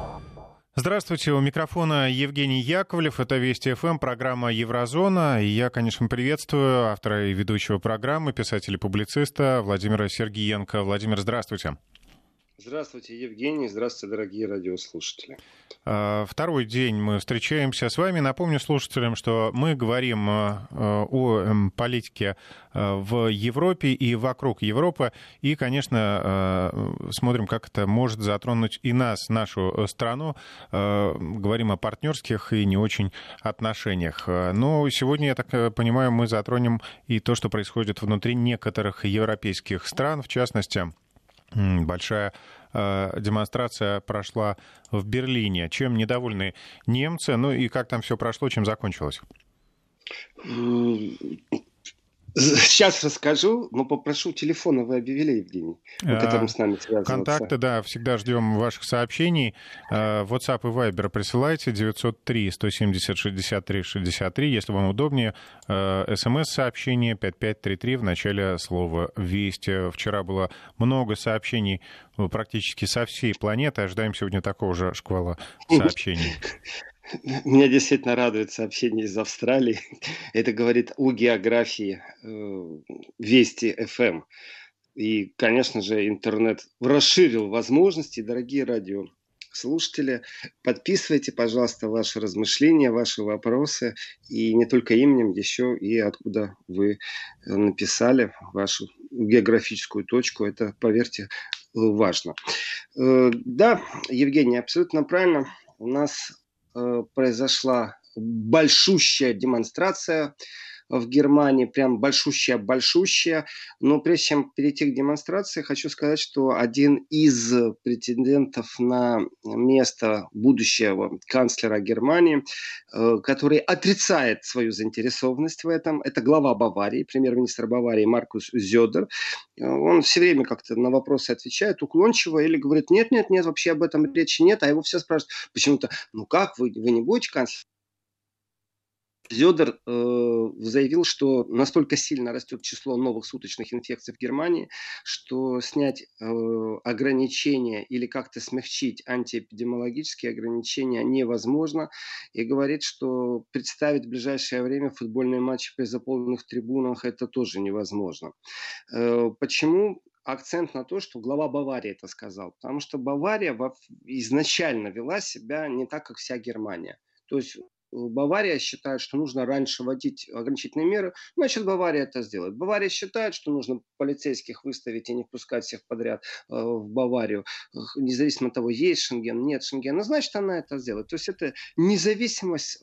Здравствуйте, у микрофона Евгений Яковлев, это Вести ФМ, программа «Еврозона». И я, конечно, приветствую автора и ведущего программы, писателя-публициста Владимира Сергиенко. Владимир, здравствуйте. Здравствуйте, Евгений. Здравствуйте, дорогие радиослушатели. Второй день мы встречаемся с вами. Напомню слушателям, что мы говорим о политике в Европе и вокруг Европы. И, конечно, смотрим, как это может затронуть и нас, нашу страну. Говорим о партнерских и не очень отношениях. Но сегодня, я так понимаю, мы затронем и то, что происходит внутри некоторых европейских стран, в частности, большая демонстрация прошла в Берлине. Чем недовольны немцы? Ну и как там все прошло, чем закончилось? Сейчас расскажу, но попрошу телефона вы объявили, Евгений, по которым с нами связываться. Контакты, да, всегда ждем ваших сообщений. WhatsApp и Viber присылайте 903-170-63-63, если вам удобнее. СМС-сообщение 5533 в начале слова «Вести». Вчера было много сообщений практически со всей планеты. Ожидаем сегодня такого же шквала сообщений. Меня действительно радует сообщение из Австралии. Это говорит о географии Вести ФМ. И, конечно же, интернет расширил возможности. Дорогие радиослушатели, подписывайте, пожалуйста, ваши размышления, ваши вопросы. И не только именем, еще и откуда вы написали вашу географическую точку. Это, поверьте, важно. Да, Евгений, абсолютно правильно. У нас произошла большущая демонстрация в Германии, прям большущая. Но прежде чем перейти к демонстрации, хочу сказать, что один из претендентов на место будущего канцлера Германии, который отрицает свою заинтересованность в этом, это глава Баварии, премьер-министр Баварии Маркус Зёдер. Он все время как-то на вопросы отвечает уклончиво или говорит, нет, вообще об этом речи нет, а его все спрашивают почему-то, ну как, вы не будете канцлером? Зёдер заявил, что настолько сильно растет число новых суточных инфекций в Германии, что снять ограничения или как-то смягчить антиэпидемиологические ограничения невозможно. И говорит, что представить в ближайшее время футбольные матчи при заполненных трибунах это тоже невозможно. Почему? Акцент на то, что глава Баварии это сказал. Потому что Бавария изначально вела себя не так, как вся Германия. То есть Бавария считает, что нужно раньше вводить ограничительные меры, значит, Бавария это сделает. Бавария считает, что нужно полицейских выставить и не впускать всех подряд в Баварию, независимо от того, есть Шенген, нет Шенгена, значит, она это сделает. То есть это независимость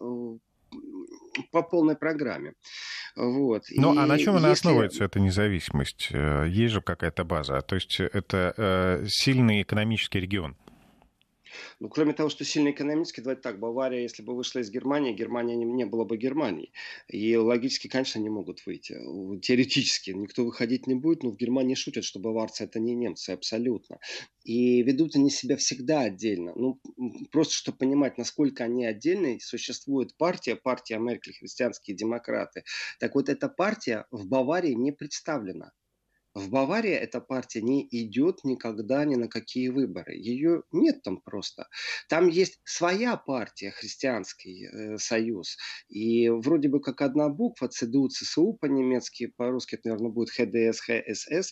по полной программе. Вот. Ну, а на чем она основывается, эта независимость? Есть же какая-то база. То есть это сильный экономический регион. Ну, кроме того, что сильно экономически, давайте так, Бавария, если бы вышла из Германии, Германия не была бы Германией. И логически, конечно, не могут выйти. Теоретически никто выходить не будет, но в Германии шутят, что баварцы это не немцы, абсолютно. И ведут они себя всегда отдельно. Ну, просто чтобы понимать, насколько они отдельны, существует партия Меркель, христианские демократы. Так вот, эта партия в Баварии не представлена. В Баварии эта партия не идет никогда ни на какие выборы. Ее нет там просто. Там есть своя партия, Христианский союз. И вроде бы как одна буква, ЦДУ, ЦСУ по-немецки, по-русски это, наверное, будет ХДС, ХСС.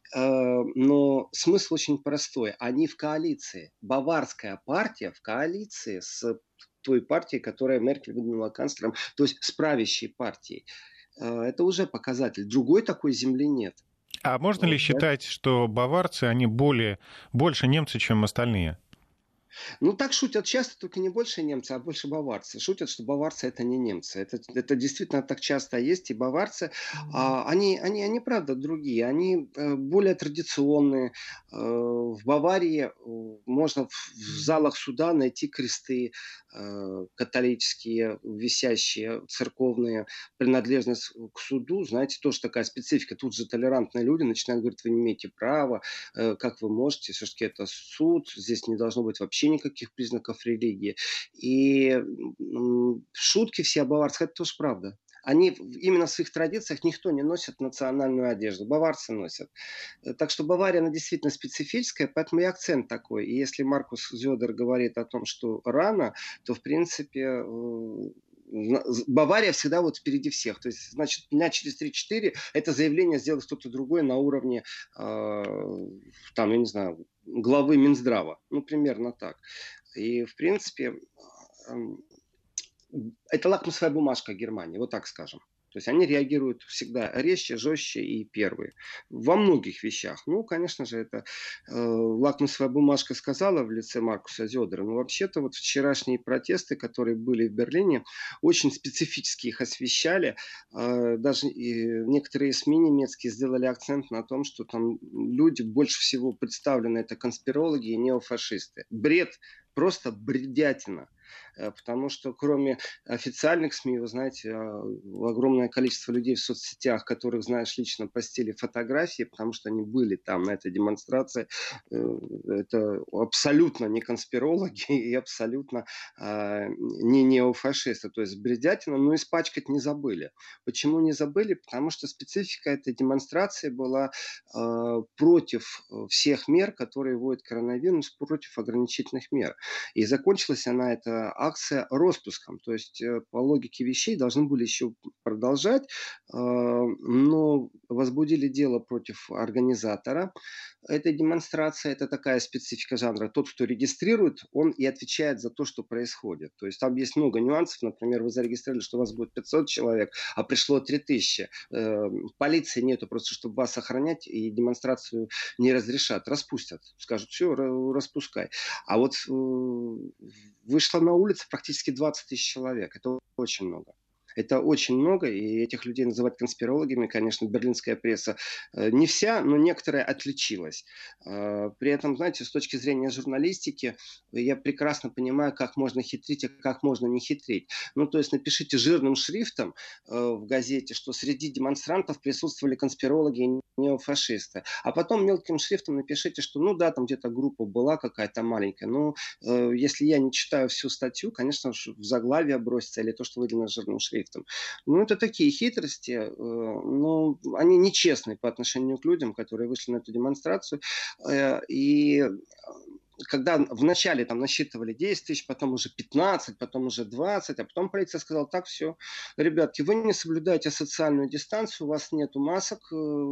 Но смысл очень простой. Они в коалиции. Баварская партия в коалиции с той партией, которая Меркель выдвинула канцлером, то есть с правящей партией. Это уже показатель. Другой такой земли нет. А можно ли считать, что баварцы, они больше немцы, чем остальные? Ну, так шутят часто, только не больше немцы, а больше баварцы. Шутят, что баварцы это не немцы. Это действительно так часто есть. И баварцы, они правда другие. Они более традиционные. В Баварии можно в залах суда найти кресты католические, висящие, церковные, принадлежность к суду. Знаете, тоже такая специфика. Тут же толерантные люди начинают говорить, вы не имеете права, как вы можете, все-таки это суд, здесь не должно быть вообще никаких признаков религии. И шутки все о баварцах, это тоже правда. Они именно в своих традициях никто не носит национальную одежду. Баварцы носят. Так что Бавария, она действительно специфическая, поэтому и акцент такой. И если Маркус Зёдер говорит о том, что рано, то, в принципе, Бавария всегда вот впереди всех. То есть, значит, дня через 3-4 это заявление сделает кто-то другой на уровне, там, я не знаю, главы Минздрава. Ну, примерно так. И, в принципе, эм, это лакмусовая бумажка Германии, вот так скажем. То есть они реагируют всегда резче, жестче и первые. Во многих вещах. Ну, конечно же, это лакмусовая бумажка сказала в лице Маркуса Зёдера. Но вообще-то вот вчерашние протесты, которые были в Берлине, очень специфически их освещали. Даже некоторые СМИ немецкие сделали акцент на том, что там люди больше всего представлены это конспирологи и неофашисты. Бред, просто бредятина. Потому что кроме официальных СМИ, вы знаете, огромное количество людей в соцсетях, которых, знаешь, лично постили фотографии, потому что они были там на этой демонстрации. Это абсолютно не конспирологи и абсолютно не неофашисты. То есть бредятина, но испачкать не забыли. Почему не забыли? Потому что специфика этой демонстрации была против всех мер, которые вводит коронавирус, против ограничительных мер. И закончилась она, эта акция, распуском. То есть, по логике вещей, должны были еще продолжать, но возбудили дело против организатора этой демонстрации. Это такая специфика жанра. Тот, кто регистрирует, он и отвечает за то, что происходит. То есть там есть много нюансов. Например, вы зарегистрировали, что у вас будет 500 человек, а пришло 3000. Полиции нету просто, чтобы вас охранять, и демонстрацию не разрешат. Распустят. Скажут, все, распускай. А вот вышло на улицы практически 20 тысяч человек. Это очень много. Это очень много, и этих людей называть конспирологами, конечно, берлинская пресса не вся, но некоторая отличилась. При этом, знаете, с точки зрения журналистики, я прекрасно понимаю, как можно хитрить, а как можно не хитрить. Ну, то есть напишите жирным шрифтом в газете, что среди демонстрантов присутствовали конспирологи и неофашисты. А потом мелким шрифтом напишите, что, ну да, там где-то группа была какая-то маленькая. Но если я не читаю всю статью, конечно, в заглавие бросится или то, что выделено жирным шрифтом. Ну, это такие хитрости, но они нечестные по отношению к людям, которые вышли на эту демонстрацию. И когда вначале там насчитывали 10 тысяч, потом уже 15, потом уже 20, а потом полиция сказала, так, все, ребятки, вы не соблюдаете социальную дистанцию, у вас нету масок,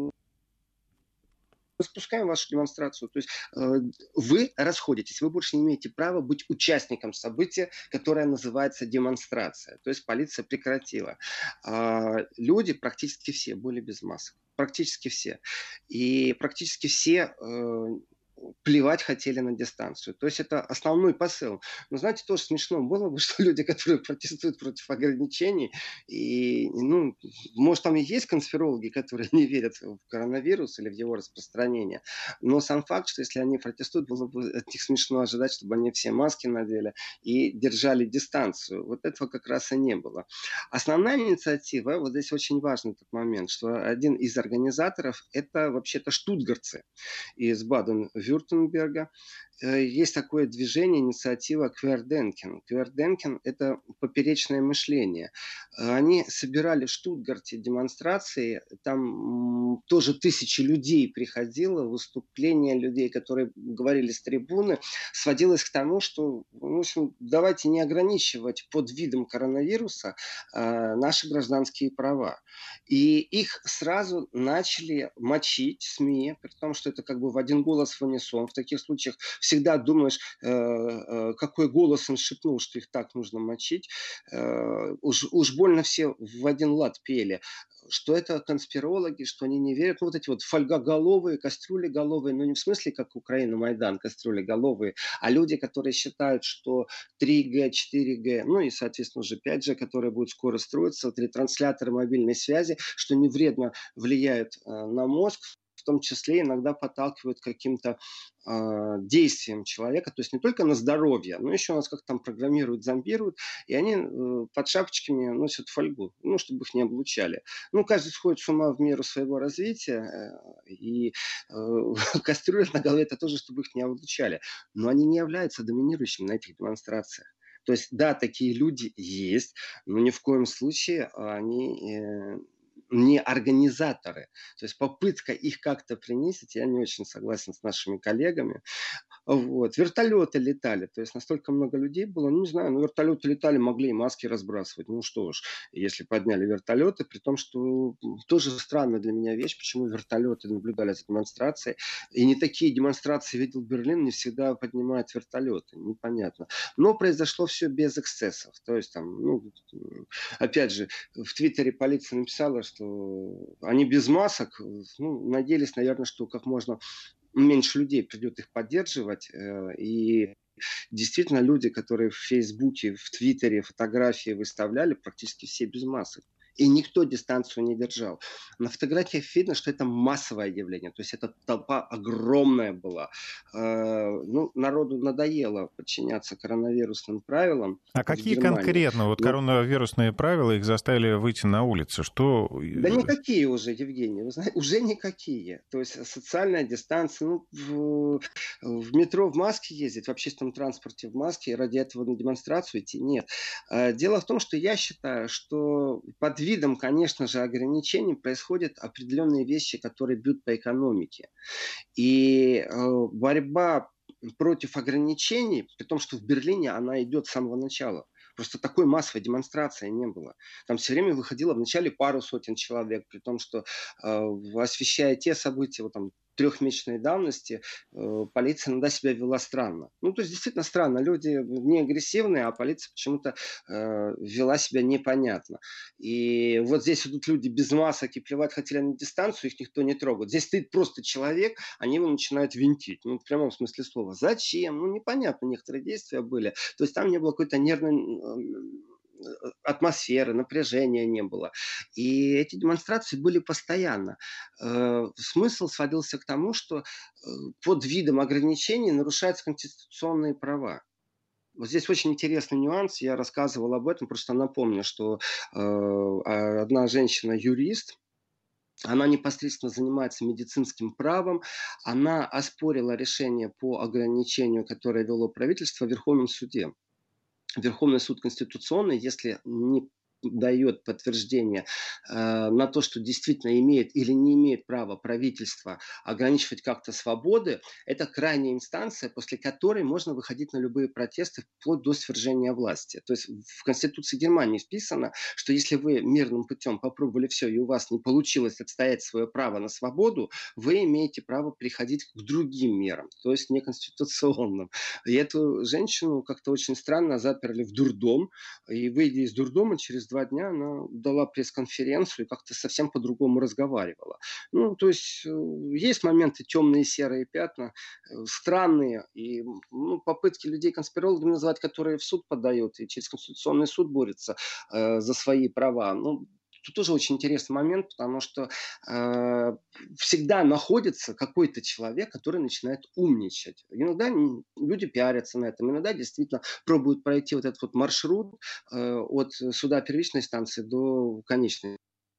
распускаем вашу демонстрацию. То есть вы расходитесь, вы больше не имеете права быть участником события, которое называется демонстрация. То есть полиция прекратила. Люди практически все были без масок. Практически все. И практически все плевать хотели на дистанцию. То есть это основной посыл. Но знаете, тоже смешно было бы, что люди, которые протестуют против ограничений, и, ну, может, там и есть конспирологи, которые не верят в коронавирус или в его распространение, но сам факт, что если они протестуют, было бы от них смешно ожидать, чтобы они все маски надели и держали дистанцию. Вот этого как раз и не было. Основная инициатива, вот здесь очень важный этот момент, что один из организаторов это вообще-то штутгартцы из Баден-Вюртемберга. Есть такое движение, инициатива Кверденкен. Кверденкен – это поперечное мышление. Они собирали в Штутгарте демонстрации, там тоже тысячи людей приходило, выступления людей, которые говорили с трибуны, сводилось к тому, что, в общем, давайте не ограничивать под видом коронавируса наши гражданские права. И их сразу начали мочить СМИ, при том, что это как бы в один голос в унисон. В таких случаях всегда думаешь, какой голос он шепнул, что их так нужно мочить. Уж больно все в один лад пели, что это конспирологи, что они не верят. Ну, вот эти вот фольгоголовые, кастрюлеголовые, ну, не в смысле, как Украина, Майдан, кастрюлеголовые, а люди, которые считают, что 3G, 4G, ну и, соответственно, уже 5G, которые будут скоро строиться, вот ретрансляторы мобильной связи, что не вредно влияют на мозг, в том числе иногда подталкивают к каким-то действиям человека, то есть не только на здоровье, но еще нас как там программируют, зомбируют, и они под шапочками носят фольгу, ну, чтобы их не облучали. Ну, каждый сходит с ума в меру своего развития, и кастрюля на голове это тоже, чтобы их не облучали. Но они не являются доминирующими на этих демонстрациях. То есть, да, такие люди есть, но ни в коем случае они не организаторы. То есть попытка их как-то принизить, я не очень согласен с нашими коллегами. Вот. Вертолеты летали, то есть настолько много людей было, ну не знаю, ну вертолеты летали, могли и маски разбрасывать, ну что ж, если подняли вертолеты, при том, что тоже странная для меня вещь, почему вертолеты наблюдали за демонстрацией, и не такие демонстрации видел Берлин, не всегда поднимают вертолеты, непонятно. Но произошло все без эксцессов, то есть там, ну, опять же, в Твиттере полиция написала, что они без масок, ну, надеялись, наверное, что как можно меньше людей придет их поддерживать. И действительно люди, которые в Фейсбуке, в Твиттере фотографии выставляли, практически все без масок. И никто дистанцию не держал. На фотографиях видно, что это массовое явление. То есть эта толпа огромная была. Ну, народу надоело подчиняться коронавирусным правилам А в какие Германии. конкретно вот Но коронавирусные правила их заставили выйти на улицы? Что... да никакие уже, Евгений, вы знаете, уже никакие. То есть социальная дистанция, ну, в метро в маске ездить, в общественном транспорте в маске, и ради этого на демонстрацию идти, нет. Дело в том, что я считаю, что под видом, конечно же, ограничений происходят определенные вещи, которые бьют по экономике. И борьба против ограничений, при том, что в Берлине она идет с самого начала. Просто такой массовой демонстрации не было. Там все время выходило вначале пару сотен человек, при том, что освещая те события, вот там, трехмесячной давности, полиция иногда себя вела странно. Ну, то есть, действительно странно. Люди не агрессивные, а полиция почему-то вела себя непонятно. И вот здесь идут люди без масок и плевать хотели на дистанцию, их никто не трогает. Здесь стоит просто человек, они его начинают винтить. Ну, в прямом смысле слова. Зачем? Ну, непонятно, некоторые действия были. То есть там не было какой-то нервной атмосферы, напряжения не было. И эти демонстрации были постоянно. Смысл сводился к тому, что под видом ограничений нарушаются конституционные права. Вот здесь очень интересный нюанс, я рассказывал об этом, просто напомню, что одна женщина-юрист, она непосредственно занимается медицинским правом, она оспорила решение по ограничению, которое вело правительство в Верховном суде. Верховный суд Конституционный, если не дает подтверждение на то, что действительно имеет или не имеет права правительство ограничивать как-то свободы, это крайняя инстанция, после которой можно выходить на любые протесты вплоть до свержения власти. То есть в Конституции Германии вписано, что если вы мирным путем попробовали все, и у вас не получилось отстоять свое право на свободу, вы имеете право приходить к другим мерам, то есть неконституционным. И эту женщину как-то очень странно заперли в дурдом, и выйдя из дурдома, через 2 дня она дала пресс-конференцию и как-то совсем по-другому разговаривала. Ну, то есть есть моменты темные, серые пятна, странные, и ну, попытки людей конспирологами называть, которые в суд подают и через Конституционный суд борются за свои права. Ну, тут тоже очень интересный момент, потому что всегда находится какой-то человек, который начинает умничать. Иногда люди пиарятся на этом, иногда действительно пробуют пройти вот этот вот маршрут от суда первичной станции до конечной.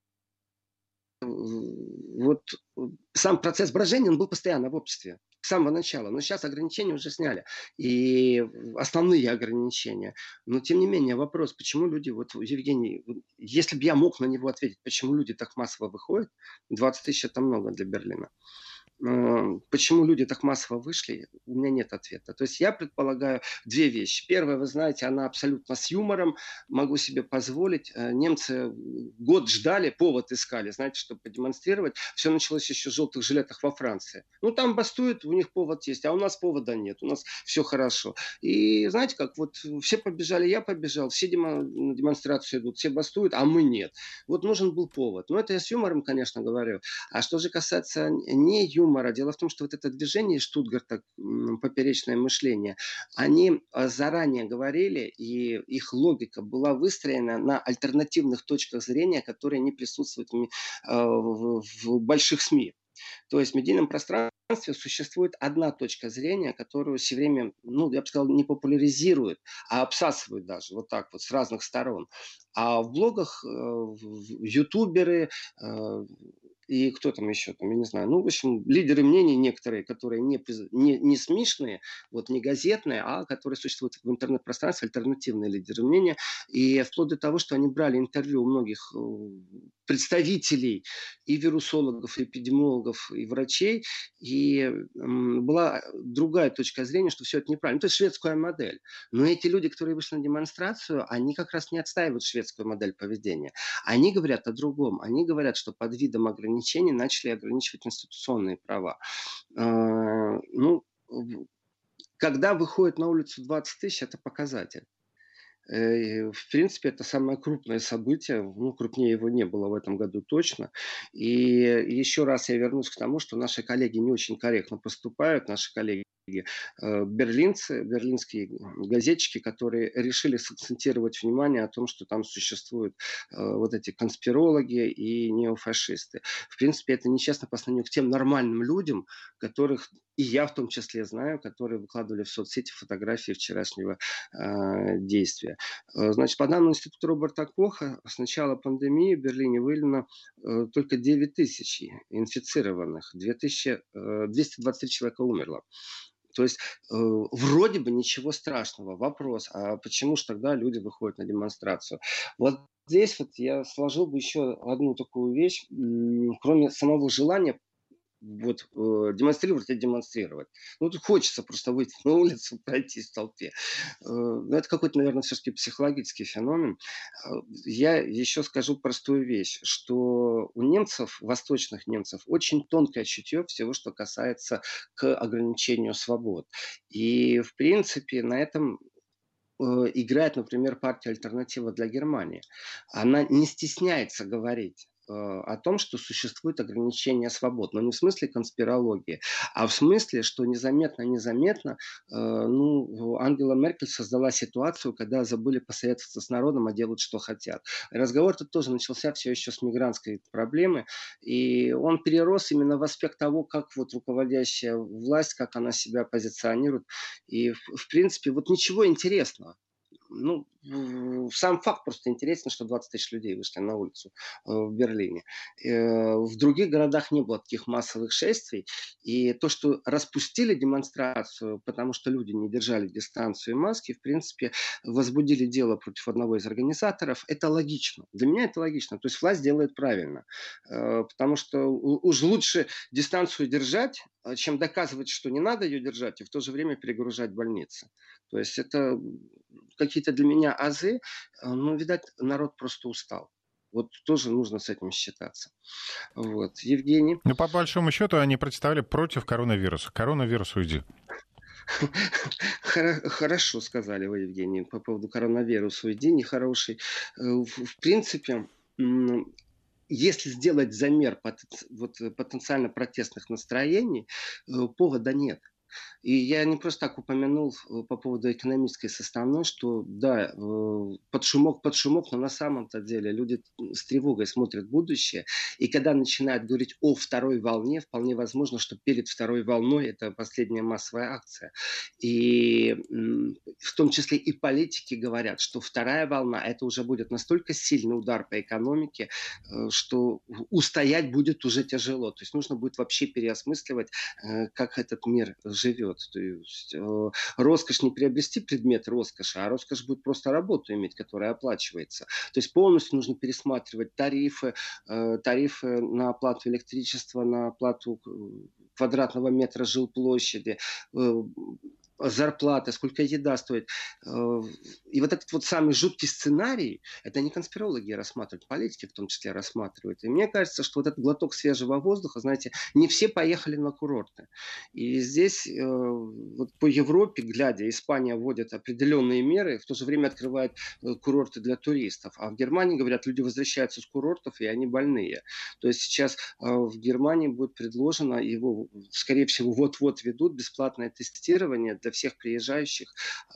Вот сам процесс брожения, он был постоянно в обществе. С самого начала. Но сейчас ограничения уже сняли. И основные ограничения. Но тем не менее вопрос, почему люди, вот Евгений, если бы я мог на него ответить, почему люди так массово выходят, 20 тысяч это много для Берлина. Почему люди так массово вышли, у меня нет ответа. То есть я предполагаю две вещи. Первая, вы знаете, она абсолютно с юмором, могу себе позволить. Немцы год ждали, повод искали, знаете, чтобы продемонстрировать. Все началось еще в желтых жилетах во Франции. Ну, там бастуют, у них повод есть, а у нас повода нет, у нас все хорошо. И знаете как, вот все побежали, я побежал, все на демонстрацию идут, все бастуют, а мы нет. Вот нужен был повод. Но это я с юмором, конечно, говорю. А что же касается не юмора, дело в том, что вот это движение из Штутгарта, поперечное мышление, они заранее говорили, и их логика была выстроена на альтернативных точках зрения, которые не присутствуют в больших СМИ. То есть в медийном пространстве существует одна точка зрения, которую все время, ну, я бы сказал, не популяризируют, а обсасывают даже вот так вот с разных сторон. А в блогах ютуберы, и кто там еще, там, я не знаю. Ну, в общем, лидеры мнений некоторые, которые не смешные, вот не газетные, а которые существуют в интернет-пространстве, альтернативные лидеры мнения. И вплоть до того, что они брали интервью у многих представителей и вирусологов, и эпидемиологов, и врачей, и была другая точка зрения, что все это неправильно. Ну, то есть шведская модель. Но эти люди, которые вышли на демонстрацию, они как раз не отстаивают шведскую модель поведения. Они говорят о другом. Они говорят, что под видом ограничений начали ограничивать институционные права. Ну, когда выходит на улицу 20 тысяч, это показатель. В принципе, это самое крупное событие. Ну, крупнее его не было в этом году точно. И еще раз я вернусь к тому, что наши коллеги не очень корректно поступают. Наши коллеги берлинцы, берлинские газетчики, которые решили сакцентировать внимание о том, что там существуют вот эти конспирологи и неофашисты. В принципе, это нечестно по сравнению к тем нормальным людям, которых и я в том числе знаю, которые выкладывали в соцсети фотографии вчерашнего действия. Значит, по данным Института Роберта Коха, с начала пандемии в Берлине выявлено только 9 тысяч инфицированных, 223 человека умерло. То есть вроде бы ничего страшного. Вопрос, а почему же тогда люди выходят на демонстрацию? Вот здесь вот я сложил бы еще одну такую вещь. Кроме самого желания вот демонстрировать и демонстрировать. Ну, тут хочется просто выйти на улицу, пройтись в толпе. Но это какой-то, наверное, все-таки психологический феномен. Я еще скажу простую вещь, что у немцев, восточных немцев, очень тонкое чутье всего, что касается к ограничению свобод. И, в принципе, на этом играет, например, партия «Альтернатива для Германии». Она не стесняется говорить о том, что существует ограничение свобод. Но не в смысле конспирологии, а в смысле, что незаметно Ангела Меркель создала ситуацию, когда забыли посоветоваться с народом, а делают, что хотят. Разговор тут тоже начался все еще с мигрантской проблемы, и он перерос именно в аспект того, как вот руководящая власть, как она себя позиционирует. И, в принципе, вот ничего интересного. Ну, сам факт просто интересен, что 20 тысяч людей вышли на улицу в Берлине. В других городах не было таких массовых шествий. И то, что распустили демонстрацию, потому что люди не держали дистанцию и маски, в принципе, возбудили дело против одного из организаторов. Это логично. Для меня это логично. То есть власть делает правильно. Потому что уж лучше дистанцию держать, чем доказывать, что не надо ее держать, и в то же время перегружать больницы. То есть это какие-то для меня азы, но, видать, народ просто устал. Вот тоже нужно с этим считаться. Вот. Евгений? Ну, по большому счету, они представили против коронавируса. Коронавирус, уйди. Хорошо сказали вы, Евгений, по поводу коронавируса. Уйди, нехороший. В принципе, если сделать замер потенциально протестных настроений, повода нет. И я не просто так упомянул по поводу экономической составной, что да, под шумок, но на самом-то деле люди с тревогой смотрят в будущее. И когда начинают говорить о второй волне, вполне возможно, что перед второй волной это последняя массовая акция. И в том числе и политики говорят, что вторая волна это уже будет настолько сильный удар по экономике, что устоять будет уже тяжело. То есть нужно будет вообще переосмысливать, как этот мир живет. То есть роскошь не приобрести предмет роскоши, а роскошь будет просто работу иметь, которая оплачивается. То есть полностью нужно пересматривать тарифы на оплату электричества, на оплату квадратного метра жилплощади, зарплата, сколько еда стоит. И вот этот вот самый жуткий сценарий, это не конспирологи рассматривают, политики в том числе рассматривают. И мне кажется, что вот этот глоток свежего воздуха, знаете, не все поехали на курорты. И здесь вот по Европе, глядя, Испания вводит определенные меры, в то же время открывает курорты для туристов. А в Германии, говорят, люди возвращаются с курортов, и они больные. То есть сейчас в Германии будет предложено, его, скорее всего, вот-вот ведут бесплатное тестирование для всех приезжающих,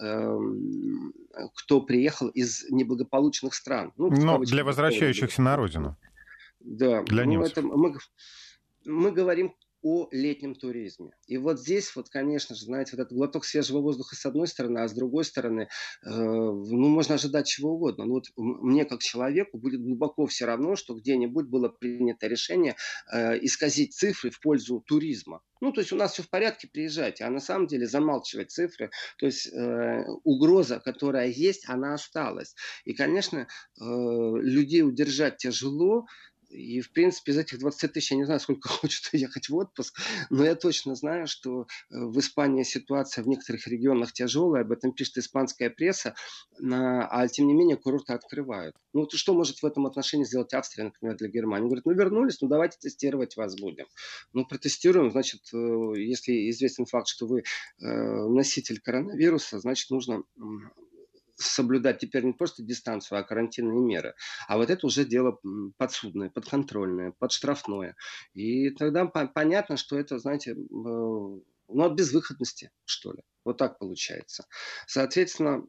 кто приехал из неблагополучных стран. Для возвращающихся на родину. Да. Для немцев. Мы говорим о летнем туризме. И вот здесь, вот, конечно же, знаете, вот этот глоток свежего воздуха с одной стороны, а с другой стороны, ну, можно ожидать чего угодно. Но вот мне, как человеку, будет глубоко все равно, что где-нибудь было принято решение исказить цифры в пользу туризма. Ну, то есть у нас все в порядке, приезжайте. А на самом деле замалчивать цифры, то есть угроза, которая есть, она осталась. И, конечно, людей удержать тяжело. И, в принципе, из этих 20 тысяч, я не знаю, сколько хочет ехать в отпуск, но я точно знаю, что в Испании ситуация в некоторых регионах тяжелая, об этом пишет испанская пресса, а тем не менее курорты открывают. Ну, вот что может в этом отношении сделать Австрия, например, для Германии? Они говорят, ну, вернулись, ну, давайте тестировать вас будем. Ну, протестируем, значит, если известен факт, что вы носитель коронавируса, значит, нужно соблюдать теперь не просто дистанцию, а карантинные меры. А вот это уже дело подсудное, подконтрольное, подштрафное. И тогда понятно, что это, знаете, ну, от безвыходности, что ли. Вот так получается. Соответственно,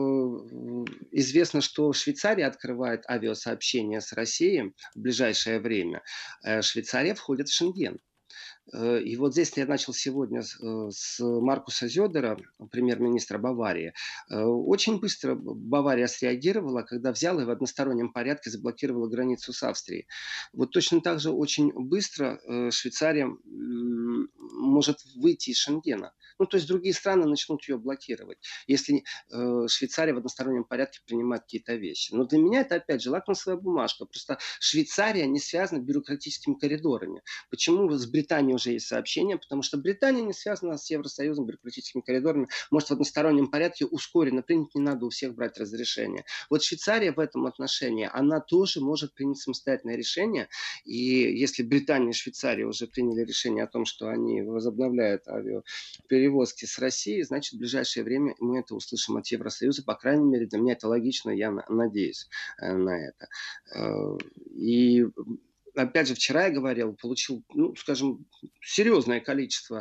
известно, что Швейцария открывает авиасообщение с Россией в ближайшее время. Швейцария входит в Шенген. И вот здесь я начал сегодня с Маркуса Зёдера, премьер-министра Баварии. Очень быстро Бавария среагировала, когда взяла и в одностороннем порядке заблокировала границу с Австрией. Вот точно так же очень быстро Швейцария может выйти из Шенгена. Ну, то есть другие страны начнут ее блокировать, если Швейцария в одностороннем порядке принимает какие-то вещи. Но для меня это, опять же, лакмусовая бумажка. Просто Швейцария не связана бюрократическими коридорами. Почему с Британией уже есть сообщение? Потому что Британия не связана с Евросоюзом бюрократическими коридорами. Может, в одностороннем порядке ускоренно принять, не надо у всех брать разрешение. Вот Швейцария в этом отношении, она тоже может принять самостоятельное решение. И если Британия и Швейцария уже приняли решение о том, что они возобновляют авиаперевозки с Россией, значит, в ближайшее время мы это услышим от Евросоюза. По крайней мере, для меня это логично, я надеюсь на это. И опять же, вчера я говорил, получил, ну, скажем, серьезное количество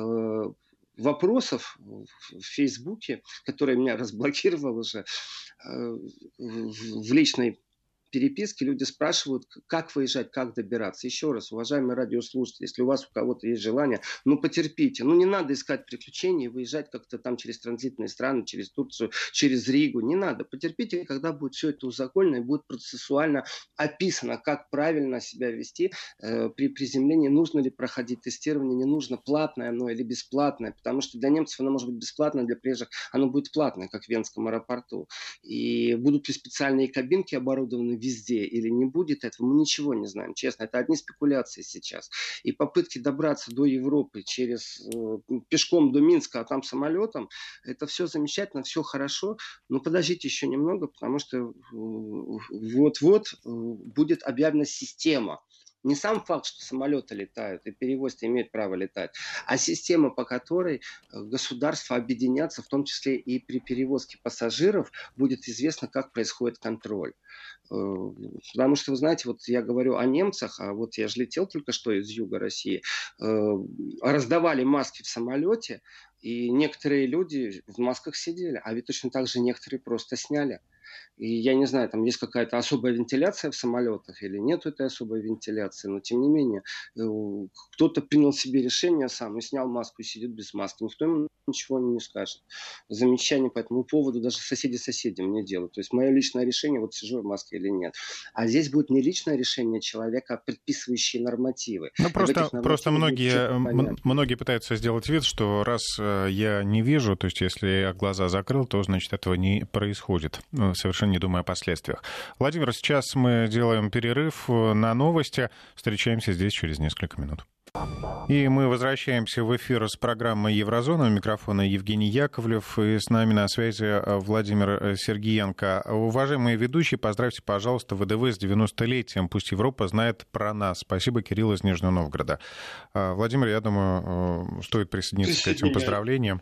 вопросов в Фейсбуке, которые меня разблокировал уже в личной переписке. Люди спрашивают, как выезжать, как добираться. Еще раз, уважаемые радиослушатели, если у вас у кого-то есть желание, ну потерпите. Ну не надо искать приключений и выезжать как-то там через транзитные страны, через Турцию, через Ригу. Не надо. Потерпите, когда будет все это узаконено и будет процессуально описано, как правильно себя вести при приземлении, нужно ли проходить тестирование, не нужно, платное оно или бесплатное, потому что для немцев оно может быть бесплатное, для приезжих оно будет платное, как в Венском аэропорту. И будут ли специальные кабинки оборудованы везде или не будет этого, мы ничего не знаем, честно. Это одни спекуляции сейчас. И попытки добраться до Европы пешком до Минска, а там самолетом, это все замечательно, все хорошо, но подождите еще немного, потому что вот-вот будет объявлена система. Не сам факт, что самолеты летают и перевозки имеют право летать, а система, по которой государства объединятся, в том числе и при перевозке пассажиров, будет известно, как происходит контроль. Потому что, вы знаете, вот я говорю о немцах, а вот я же летел только что из юга России, раздавали маски в самолете, и некоторые люди в масках сидели, а ведь точно так же некоторые просто сняли. И я не знаю, там есть какая-то особая вентиляция в самолетах или нет этой особой вентиляции, но тем не менее кто-то принял себе решение сам и снял маску и сидит без маски. Никто ему ничего не скажет. Замечания по этому поводу даже соседи соседям не делают. То есть мое личное решение, вот сижу в маске или нет. А здесь будет не личное решение человека, а предписывающие нормативы. Ну, просто многие пытаются сделать вид, что раз я не вижу, то есть если я глаза закрыл, то, значит, этого не происходит. Совершенно не думая о последствиях. Владимир, сейчас мы делаем перерыв на новости. Встречаемся здесь через несколько минут. И мы возвращаемся в эфир с программой «Еврозона». У микрофона Евгений Яковлев. И с нами на связи Владимир Сергиенко. Уважаемые ведущие, поздравьте, пожалуйста, ВДВ с 90-летием. Пусть Европа знает про нас. Спасибо, Кирилл из Нижнего Новгорода. Владимир, я думаю, стоит присоединиться к этим поздравлениям.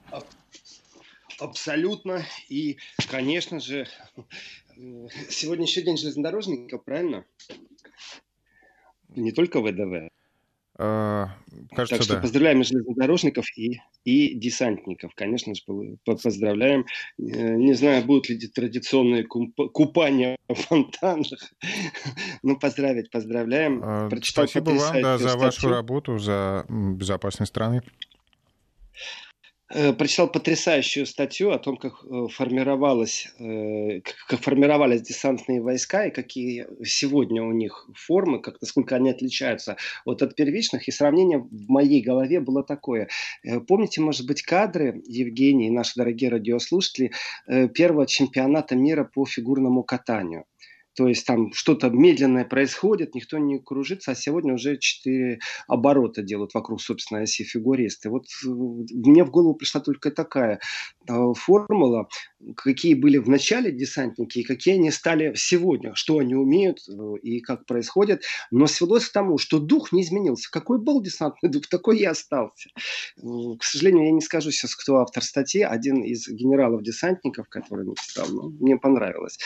Абсолютно. И, конечно же, сегодня еще день железнодорожника, правильно? Не только ВДВ. Так Кажется, что да. поздравляем железнодорожников и десантников. Конечно же, поздравляем. Не знаю, будут ли традиционные купания в фонтанах. Ну, поздравляем. Прочитал Спасибо вам, да, потрясающую за вашу статью. работу, за безопасность страны. Прочитал потрясающую статью о том, как формировались десантные войска и какие сегодня у них формы, насколько они отличаются от первичных. И сравнение в моей голове было такое. Помните, может быть, кадры, Евгений и наши дорогие радиослушатели, первого чемпионата мира по фигурному катанию? То есть там что-то медленное происходит, никто не кружится, а сегодня уже 4 оборота делают вокруг собственной оси фигуристы. Вот мне в голову пришла только такая формула, какие были в начале десантники и какие они стали сегодня, что они умеют и как происходит. Но свелось к тому, что дух не изменился. Какой был десантный дух, такой и остался. К сожалению, я не скажу сейчас, кто автор статьи, один из генералов-десантников, который написал, но мне понравилось.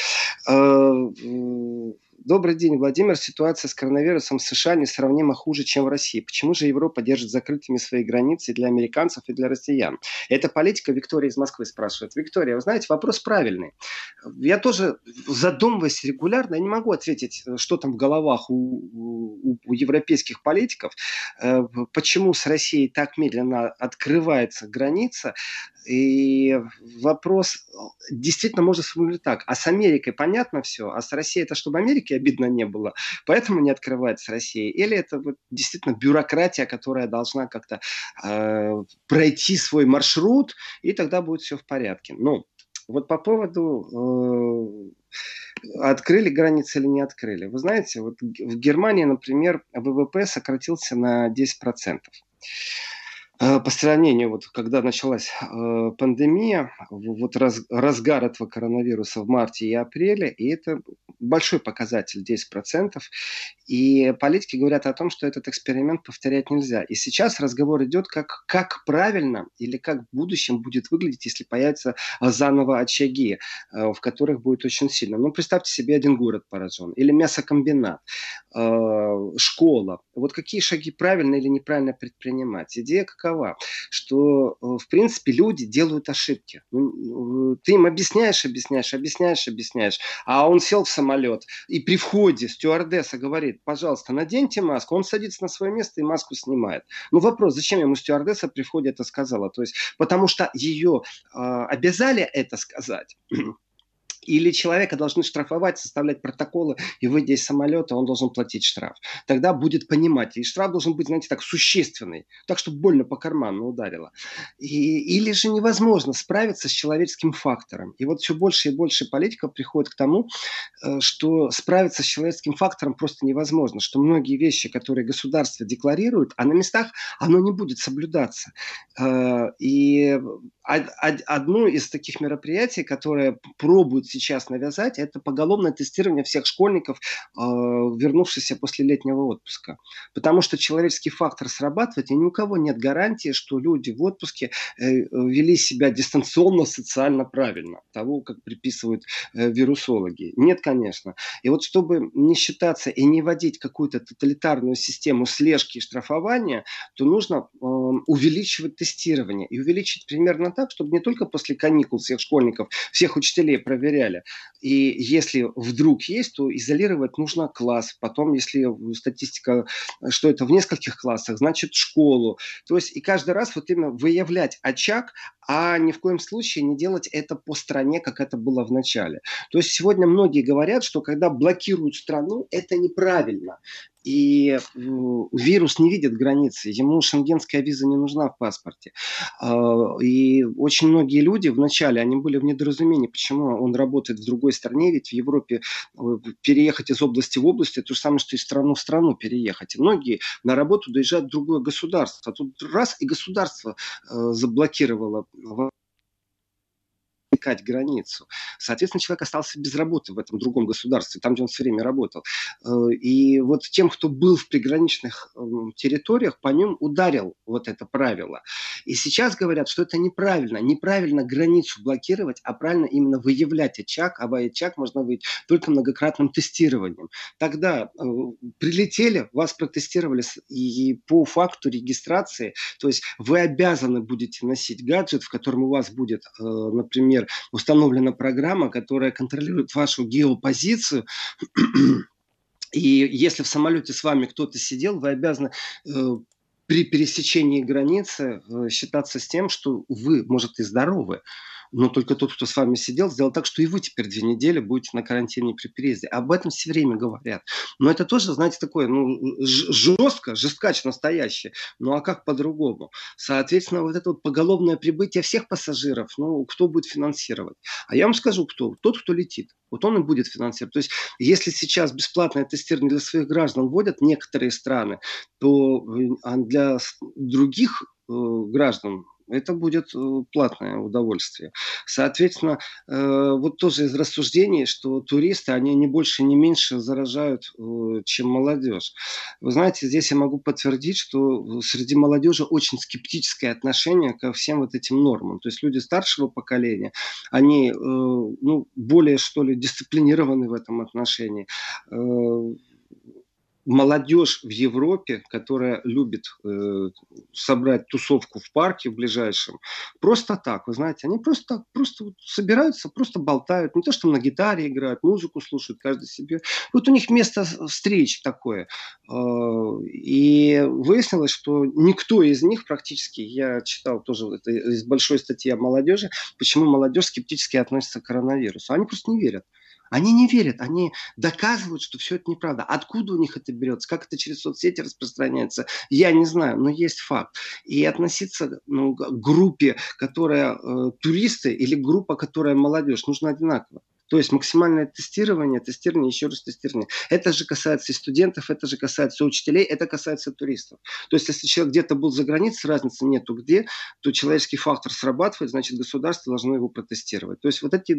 Добрый день, Владимир. Ситуация с коронавирусом в США несравнимо хуже, чем в России. Почему же Европа держит закрытыми свои границы для американцев и для россиян? Это политика. Виктория из Москвы спрашивает. Виктория, вы знаете, вопрос правильный. Я тоже задумываюсь регулярно, я не могу ответить, что там в головах у европейских политиков, почему с Россией так медленно открывается граница. И вопрос действительно можно сформулировать так. А с Америкой понятно все, а с Россией это чтобы Америке обидно не было, поэтому не открывается Россия. Или это вот действительно бюрократия, которая должна как-то пройти свой маршрут, и тогда будет все в порядке. Ну, вот по поводу открыли границы или не открыли. Вы знаете, вот в Германии, например, ВВП сократился на 10%. По сравнению, вот, когда началась пандемия, вот разгар этого коронавируса в марте и апреле, и это большой показатель, 10%. И политики говорят о том, что этот эксперимент повторять нельзя. И сейчас разговор идет, как правильно или как в будущем будет выглядеть, если появятся заново очаги, в которых будет очень сильно. Ну, представьте себе, один город поражен, или мясокомбинат, школа. Вот какие шаги правильно или неправильно предпринимать? Идея какова? Что, в принципе, люди делают ошибки. Ты им объясняешь, а он сел в самолет, и при входе стюардесса говорит: пожалуйста, наденьте маску. Он садится на свое место и маску снимает. Ну, вопрос, зачем ему стюардесса при входе это сказала? То есть, потому что ее обязали это сказать. Или человека должны штрафовать, составлять протоколы, и выйдя из самолета, он должен платить штраф. Тогда будет понимать. И штраф должен быть, знаете, так, существенный. Так, чтобы больно по карману ударило. Или же невозможно справиться с человеческим фактором. И вот все больше и больше политиков приходит к тому, что справиться с человеческим фактором просто невозможно. Что многие вещи, которые государство декларирует, а на местах оно не будет соблюдаться. И одно из таких мероприятий, которое пробуют сейчас навязать, это поголовное тестирование всех школьников, вернувшихся после летнего отпуска. Потому что человеческий фактор срабатывает, и ни у кого нет гарантии, что люди в отпуске вели себя дистанционно, социально правильно. Того, как приписывают вирусологи. Нет, конечно. И вот чтобы не считаться и не вводить какую-то тоталитарную систему слежки и штрафования, то нужно увеличивать тестирование. И увеличить примерно так, чтобы не только после каникул всех школьников, всех учителей проверяли. И если вдруг есть, то изолировать нужно класс. Потом, если статистика, что это в нескольких классах, значит школу. То есть и каждый раз вот именно выявлять очаг, а ни в коем случае не делать это по стране, как это было в начале. То есть сегодня многие говорят, что когда блокируют страну, это неправильно. И вирус не видит границы, ему шенгенская виза не нужна в паспорте. И очень многие люди вначале, они были в недоразумении, почему он работает в другой стране, ведь в Европе переехать из области в область, это то же самое, что из страны в страну переехать. И многие на работу доезжают в другое государство. А тут раз и государство заблокировало пересекать границу. Соответственно, человек остался без работы в этом другом государстве, там, где он все время работал. И вот тем, кто был в приграничных территориях, по ним ударил вот это правило. И сейчас говорят, что это неправильно. Неправильно границу блокировать, а правильно именно выявлять очаг, а очаг можно выявить только многократным тестированием. Тогда прилетели, вас протестировали, и по факту регистрации, то есть вы обязаны будете носить гаджет, в котором у вас будет, например, установлена программа, которая контролирует вашу геопозицию. И если в самолете с вами кто-то сидел, вы обязаны при пересечении границы считаться с тем, что вы, может, и здоровы, но только тот, кто с вами сидел, сделал так, что и вы теперь 2 недели будете на карантине при переезде. Об этом все время говорят. Но это тоже, знаете, такое, жесткач настоящий. Ну а как по-другому? Соответственно, вот это вот поголовное прибытие всех пассажиров, кто будет финансировать? А я вам скажу, кто? Тот, кто летит. Вот он и будет финансировать. То есть, если сейчас бесплатное тестирование для своих граждан вводят некоторые страны, то для других граждан это будет платное удовольствие. Соответственно, вот тоже из рассуждений, что туристы, они не больше, не меньше заражают, чем молодежь. Вы знаете, здесь я могу подтвердить, что среди молодежи очень скептическое отношение ко всем вот этим нормам. То есть люди старшего поколения, они более, что ли, дисциплинированы в этом отношении. Молодежь в Европе, которая любит собрать тусовку в парке в ближайшем, просто так, вы знаете, они просто вот собираются, просто болтают, не то что на гитаре играют, музыку слушают, каждый себе. Вот у них место встреч такое. И выяснилось, что никто из них практически, я читал тоже это из большой статьи о молодежи, почему молодежь скептически относится к коронавирусу. Они просто не верят. Они не верят, они доказывают, что все это неправда. Откуда у них это берется, как это через соцсети распространяется, я не знаю, но есть факт. И относиться к группе, которая туристы, или группа, которая молодежь, нужно одинаково. То есть максимальное тестирование, еще раз тестирование. Это же касается и студентов, это же касается учителей, это касается туристов. То есть если человек где-то был за границей, разницы нету где, то человеческий фактор срабатывает, значит государство должно его протестировать. То есть вот эти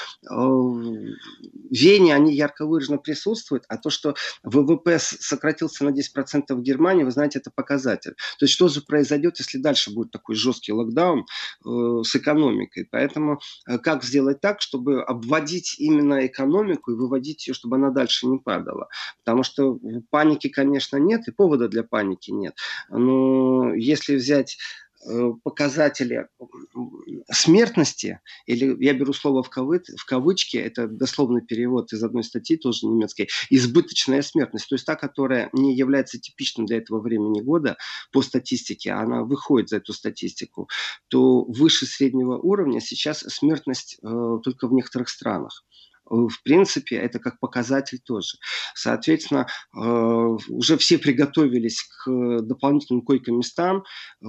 веяния, они ярко выраженно присутствуют, а то, что ВВП сократился на 10% в Германии, вы знаете, это показатель. То есть что же произойдет, если дальше будет такой жесткий локдаун с экономикой. Поэтому как сделать так, чтобы обводить именно экономику и выводить ее, чтобы она дальше не падала. Потому что паники, конечно, нет, и повода для паники нет. Но если взять показатели смертности, или я беру слово в кавычки, это дословный перевод из одной статьи, тоже немецкой, избыточная смертность, то есть та, которая не является типичным для этого времени года по статистике, она выходит за эту статистику, то выше среднего уровня сейчас смертность только в некоторых странах. В принципе, это как показатель тоже. Соответственно, уже все приготовились к дополнительным койко-местам,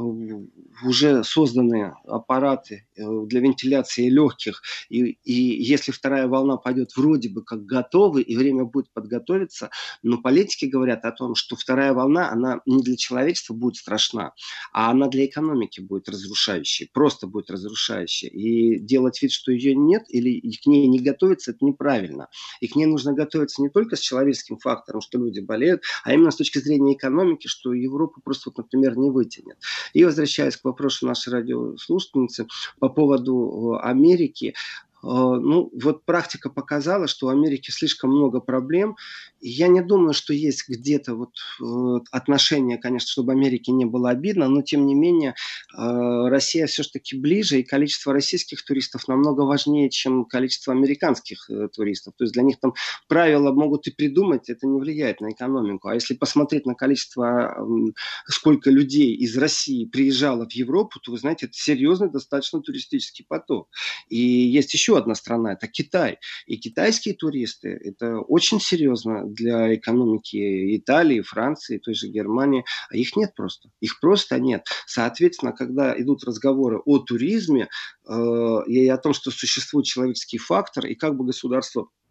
уже созданы аппараты для вентиляции легких, и если вторая волна пойдет, вроде бы как готовы, и время будет подготовиться, но политики говорят о том, что вторая волна, она не для человечества будет страшна, а она для экономики будет разрушающей, просто будет разрушающей. И делать вид, что ее нет, или к ней не готовиться, это неправильно. И к ней нужно готовиться не только с человеческим фактором, что люди болеют, а именно с точки зрения экономики, что Европа просто, вот, например, не вытянет. И возвращаясь к вопросу нашей радиослушательницы по поводу Америки, вот практика показала, что у Америки слишком много проблем. И я не думаю, что есть где-то отношение, конечно, чтобы Америке не было обидно, но тем не менее Россия все-таки ближе, и количество российских туристов намного важнее, чем количество американских туристов. То есть для них там правила могут и придумать, это не влияет на экономику. А если посмотреть на количество, сколько людей из России приезжало в Европу, то вы знаете, это серьезный достаточно туристический поток. И есть еще одна страна, это Китай. И китайские туристы, это очень серьезно для экономики Италии, Франции, той же Германии. А их нет просто. Их просто нет. Соответственно, когда идут разговоры о туризме и о том, что существует человеческий фактор, и как бы государство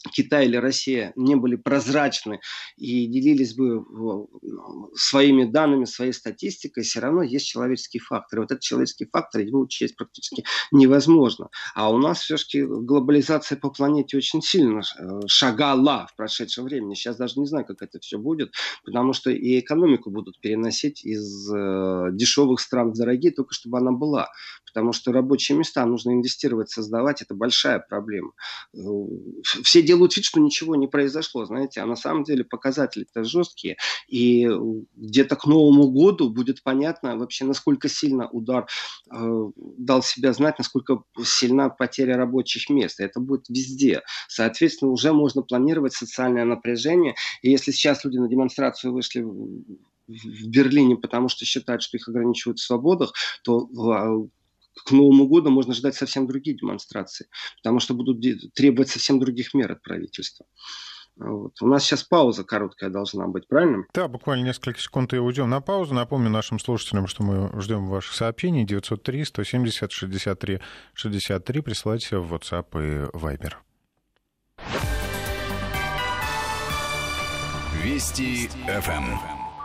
Китай или Россия не были прозрачны и делились бы своими данными, своей статистикой, все равно есть человеческий фактор. И вот этот человеческий фактор его учесть практически невозможно. А у нас все-таки глобализация по планете очень сильно шагала в прошедшем времени. Сейчас даже не знаю, как это все будет, потому что и экономику будут переносить из дешевых стран в дорогие, только чтобы она была. Потому что рабочие места нужно инвестировать, создавать. Это большая проблема. Все делают вид, что ничего не произошло, знаете, а на самом деле показатели-то жесткие, и где-то к Новому году будет понятно вообще, насколько сильно удар дал себя знать, насколько сильна потеря рабочих мест. И это будет везде. Соответственно, уже можно планировать социальное напряжение, и если сейчас люди на демонстрацию вышли в Берлине, потому что считают, что их ограничивают в свободах, то к Новому году можно ждать совсем другие демонстрации, потому что будут требовать совсем других мер от правительства. Вот. У нас сейчас пауза короткая должна быть, правильно? Да, буквально несколько секунд и уйдем на паузу. Напомню нашим слушателям, что мы ждем ваших сообщений. 903-170-63-63. Присылайте в WhatsApp и Viber. Вести ФМ.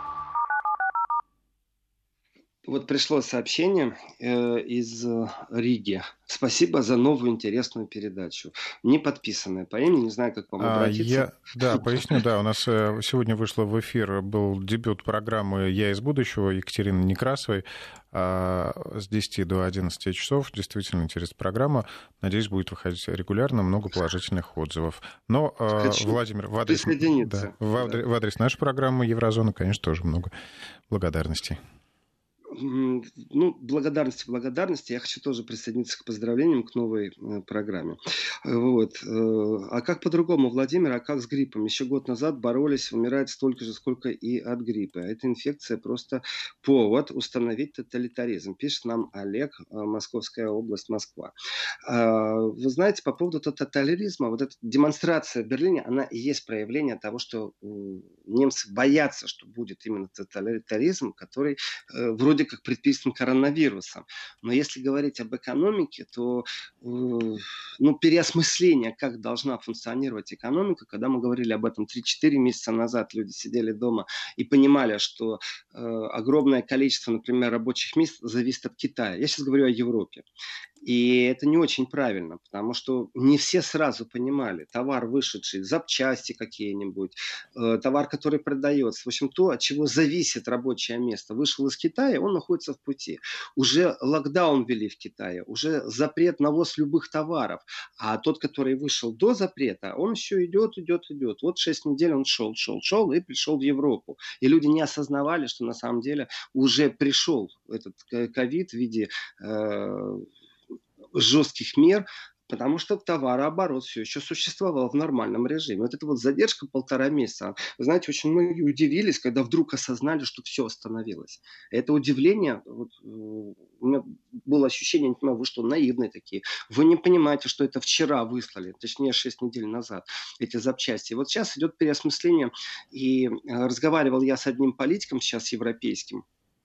Вот пришло сообщение из Риги. Спасибо за новую интересную передачу. Не подписанная по имени, не знаю, как вам обратиться. Да, поясню. Да, у нас сегодня вышло в эфир, был дебют программы «Я из будущего» Екатерины Некрасовой с 10 до 11 часов. Действительно интересная программа. Надеюсь, будет выходить регулярно, много положительных отзывов. Но, Владимир, в адрес нашей программы «Еврозона», конечно, тоже много благодарностей. Ну, благодарности. Я хочу тоже присоединиться к поздравлениям к новой программе. Вот. А как по-другому, Владимир? А как с гриппом? Еще год назад боролись, умирает столько же, сколько и от гриппа. Эта инфекция просто повод установить тоталитаризм. Пишет нам Олег, Московская область, Москва. Вы знаете, по поводу тоталитаризма, вот эта демонстрация в Берлине, она и есть проявление того, что немцы боятся, что будет именно тоталитаризм, который вроде как предписан коронавирусом. Но если говорить об экономике, то переосмысление, как должна функционировать экономика, когда мы говорили об этом 3-4 месяца назад, люди сидели дома и понимали, что огромное количество, например, рабочих мест зависит от Китая. Я сейчас говорю о Европе. И это не очень правильно, потому что не все сразу понимали. Товар, вышедший, запчасти какие-нибудь, товар, который продается. В общем, то, от чего зависит рабочее место. Вышел из Китая, он находится в пути. Уже локдаун ввели в Китае, уже запрет на ввоз любых товаров. А тот, который вышел до запрета, он еще идет. Вот 6 недель он шел и пришел в Европу. И люди не осознавали, что на самом деле уже пришел этот ковид в виде жестких мер, потому что товарооборот все еще существовал в нормальном режиме. Вот эта вот задержка 1,5 месяца. Вы знаете, очень многие удивились, когда вдруг осознали, что все остановилось. Это удивление, вот, у меня было ощущение, не понимаю, вы что, наивные такие. Вы не понимаете, что это вчера выслали, точнее 6 недель назад, эти запчасти. И вот сейчас идет переосмысление. И разговаривал я с одним политиком сейчас европейским,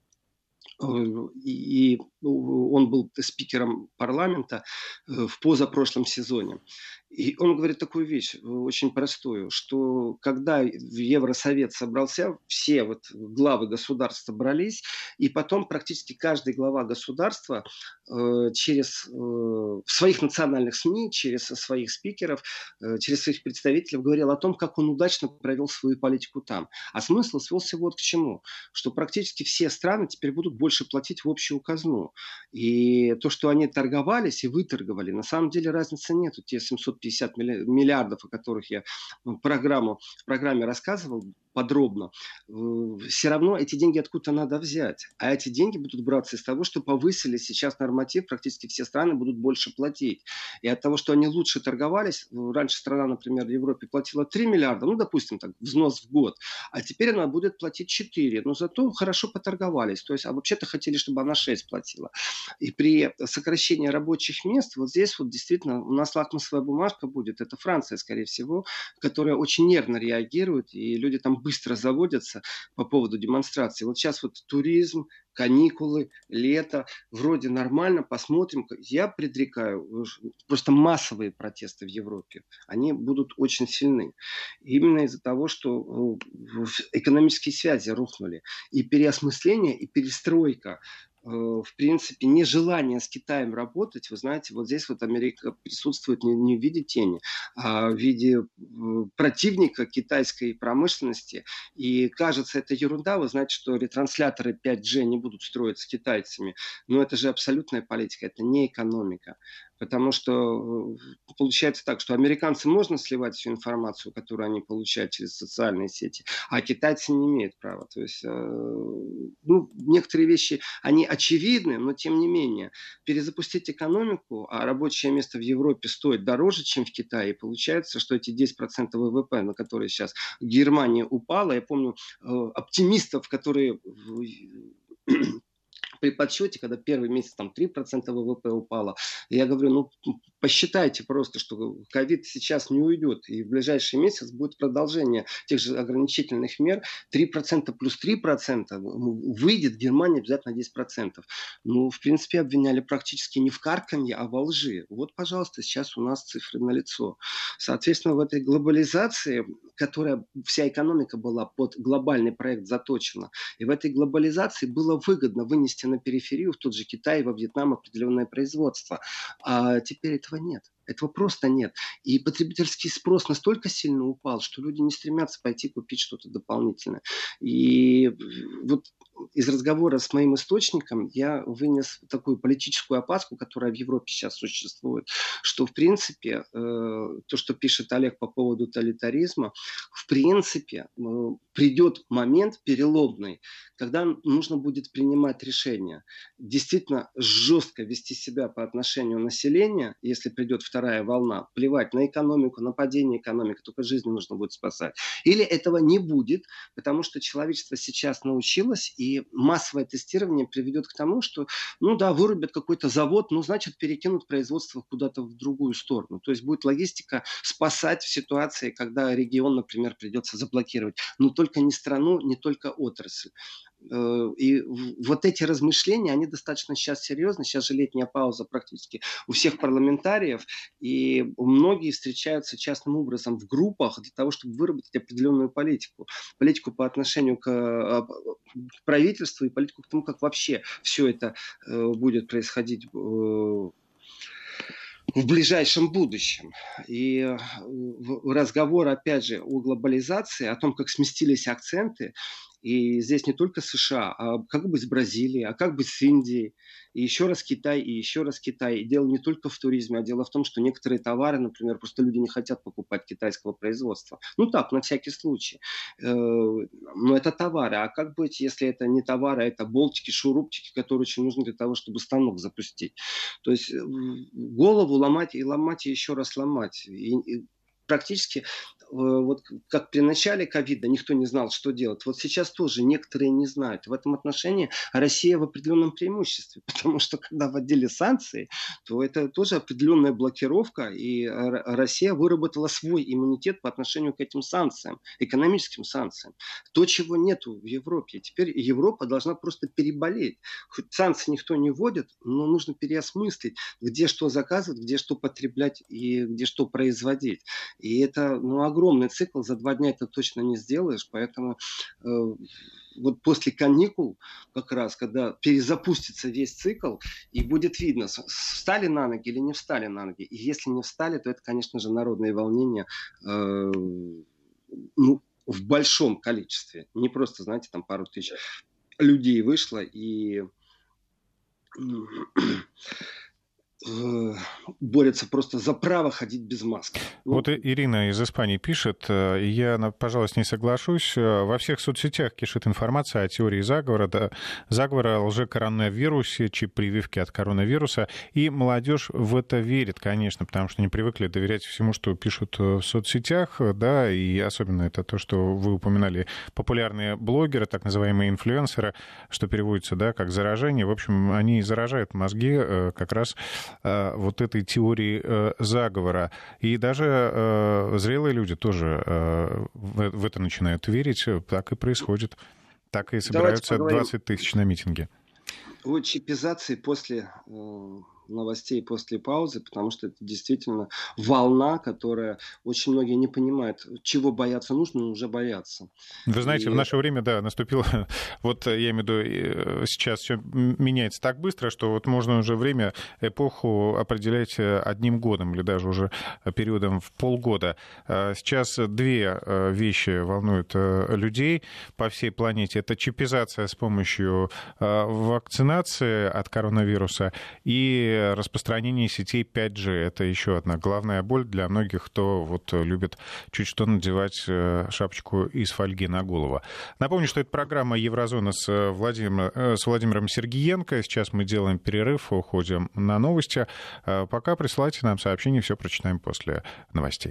и он был спикером парламента в позапрошлом сезоне. И он говорит такую вещь, очень простую, что когда Евросовет собрался, все вот главы государств собрались, и потом практически каждый глава государства через в своих национальных СМИ, через своих спикеров, через своих представителей говорил о том, как он удачно провел свою политику там. А смысл свелся вот к чему, что практически все страны теперь будут больше платить в общую казну. И то, что они торговались и выторговали, на самом деле разницы нету. Те 750 миллиардов, о которых я в программе рассказывал подробно, все равно эти деньги откуда-то надо взять. А эти деньги будут браться из того, что повысили сейчас норматив, практически все страны будут больше платить. И от того, что они лучше торговались, раньше страна, например, в Европе платила 3 миллиарда, ну, допустим, так, взнос в год, а теперь она будет платить 4, но зато хорошо поторговались. То есть, а вообще-то хотели, чтобы она 6 платила. И при сокращении рабочих мест, вот здесь вот действительно у нас лакмусовая бумажка будет, это Франция, скорее всего, которая очень нервно реагирует, и люди там быстро заводятся по поводу демонстраций. Вот сейчас вот туризм, каникулы, лето, вроде нормально, посмотрим. Я предрекаю, просто массовые протесты в Европе, они будут очень сильны. Именно из-за того, что экономические связи рухнули. И переосмысление, и перестройка, в принципе, нежелание с Китаем работать, вы знаете, вот здесь вот Америка присутствует не в виде тени, а в виде противника китайской промышленности. И кажется, это ерунда. Вы знаете, что ретрансляторы 5G не будут строиться китайцами. Но это же абсолютная политика, это не экономика. Потому что получается так, что американцам можно сливать всю информацию, которую они получают через социальные сети, а китайцы не имеют права. То есть, некоторые вещи, они очевидны, но тем не менее. Перезапустить экономику, а рабочее место в Европе стоит дороже, чем в Китае, и получается, что эти 10% ВВП, на которые сейчас Германия упала, я помню оптимистов, которые при подсчете, когда первый месяц там 3% ВВП упало, я говорю, посчитайте просто, что ковид сейчас не уйдет, и в ближайший месяц будет продолжение тех же ограничительных мер. 3% плюс 3% выйдет в Германии обязательно 10%. В принципе, обвиняли практически не в карканье, а во лжи. Вот, пожалуйста, сейчас у нас цифры налицо. Соответственно, в этой глобализации, которая вся экономика была под глобальный проект заточена, и в этой глобализации было выгодно вынести на периферию, в тот же Китай, во Вьетнам определенное производство. А теперь этого нет. Этого просто нет. И потребительский спрос настолько сильно упал, что люди не стремятся пойти купить что-то дополнительное. И вот из разговора с моим источником я вынес такую политическую опаску, которая в Европе сейчас существует, что в принципе то, что пишет Олег по поводу тоталитаризма, в принципе придет момент переломный, когда нужно будет принимать решение. Действительно жестко вести себя по отношению населения, если придет вторая волна, плевать на экономику, на падение экономики, только жизни нужно будет спасать. Или этого не будет, потому что человечество сейчас научилось, и массовое тестирование приведет к тому, что, вырубят какой-то завод, значит, перекинут производство куда-то в другую сторону. То есть будет логистика спасать в ситуации, когда регион, например, придется заблокировать. Но только не страну, не только отрасль. И вот эти размышления, они достаточно сейчас серьезны. Сейчас же летняя пауза практически у всех парламентариев. И многие встречаются частным образом в группах для того, чтобы выработать определенную политику. Политику по отношению к правительству и политику к тому, как вообще все это будет происходить в ближайшем будущем. И разговор, опять же, о глобализации, о том, как сместились акценты, и здесь не только США, а как быть с Бразилией, а как быть с Индией, и еще раз Китай, и еще раз Китай. И дело не только в туризме, а дело в том, что некоторые товары, например, просто люди не хотят покупать китайского производства. Так, на всякий случай. Но это товары. А как быть, если это не товары, а это болтики, шурупчики, которые очень нужны для того, чтобы станок запустить? То есть голову ломать и ломать, и еще раз ломать. И практически вот как при начале ковида никто не знал, что делать. Вот сейчас тоже некоторые не знают. В этом отношении Россия в определенном преимуществе, потому что когда вводили санкции, то это тоже определенная блокировка, и Россия выработала свой иммунитет по отношению к этим санкциям, экономическим санкциям. То, чего нету в Европе. Теперь Европа должна просто переболеть. Хоть санкции никто не вводит, но нужно переосмыслить, где что заказывать, где что потреблять и где что производить. И это огромный цикл, за 2 дня это точно не сделаешь, поэтому вот после каникул, как раз, когда перезапустится весь цикл, и будет видно, встали на ноги или не встали на ноги. И если не встали, то это, конечно же, народные волнения в большом количестве. Не просто, знаете, там пару тысяч людей вышло, и борются просто за право ходить без маски. Вот Ирина из Испании пишет, и я, пожалуй, с ней соглашусь, во всех соцсетях кишит информация о теории заговора, лжекоронавирусе, чип-прививки от коронавируса, и молодежь в это верит, конечно, потому что не привыкли доверять всему, что пишут в соцсетях, да, и особенно это то, что вы упоминали, популярные блогеры, так называемые инфлюенсеры, что переводится, да, как заражение. В общем, они заражают мозги как раз вот этой теории заговора. И даже зрелые люди тоже в это начинают верить. Так и происходит. Так и собираются 20 тысяч на митинге. О чипизации после новостей, после паузы, потому что это действительно волна, которая очень многие не понимают, чего бояться нужно, но уже боятся. Вы знаете, в наше время, да, наступило, вот я имею в виду, сейчас все меняется так быстро, что вот можно уже время, эпоху определять одним годом или даже уже периодом в полгода. Сейчас две вещи волнуют людей по всей планете. Это чипизация с помощью вакцинации от коронавируса и распространение сетей 5G. Это еще одна главная боль для многих, кто вот любит чуть что надевать шапочку из фольги на голову. Напомню, что это программа «Еврозона» с Владимиром Сергиенко. Сейчас мы делаем перерыв, уходим на новости. Пока присылайте нам сообщения, все прочитаем после новостей.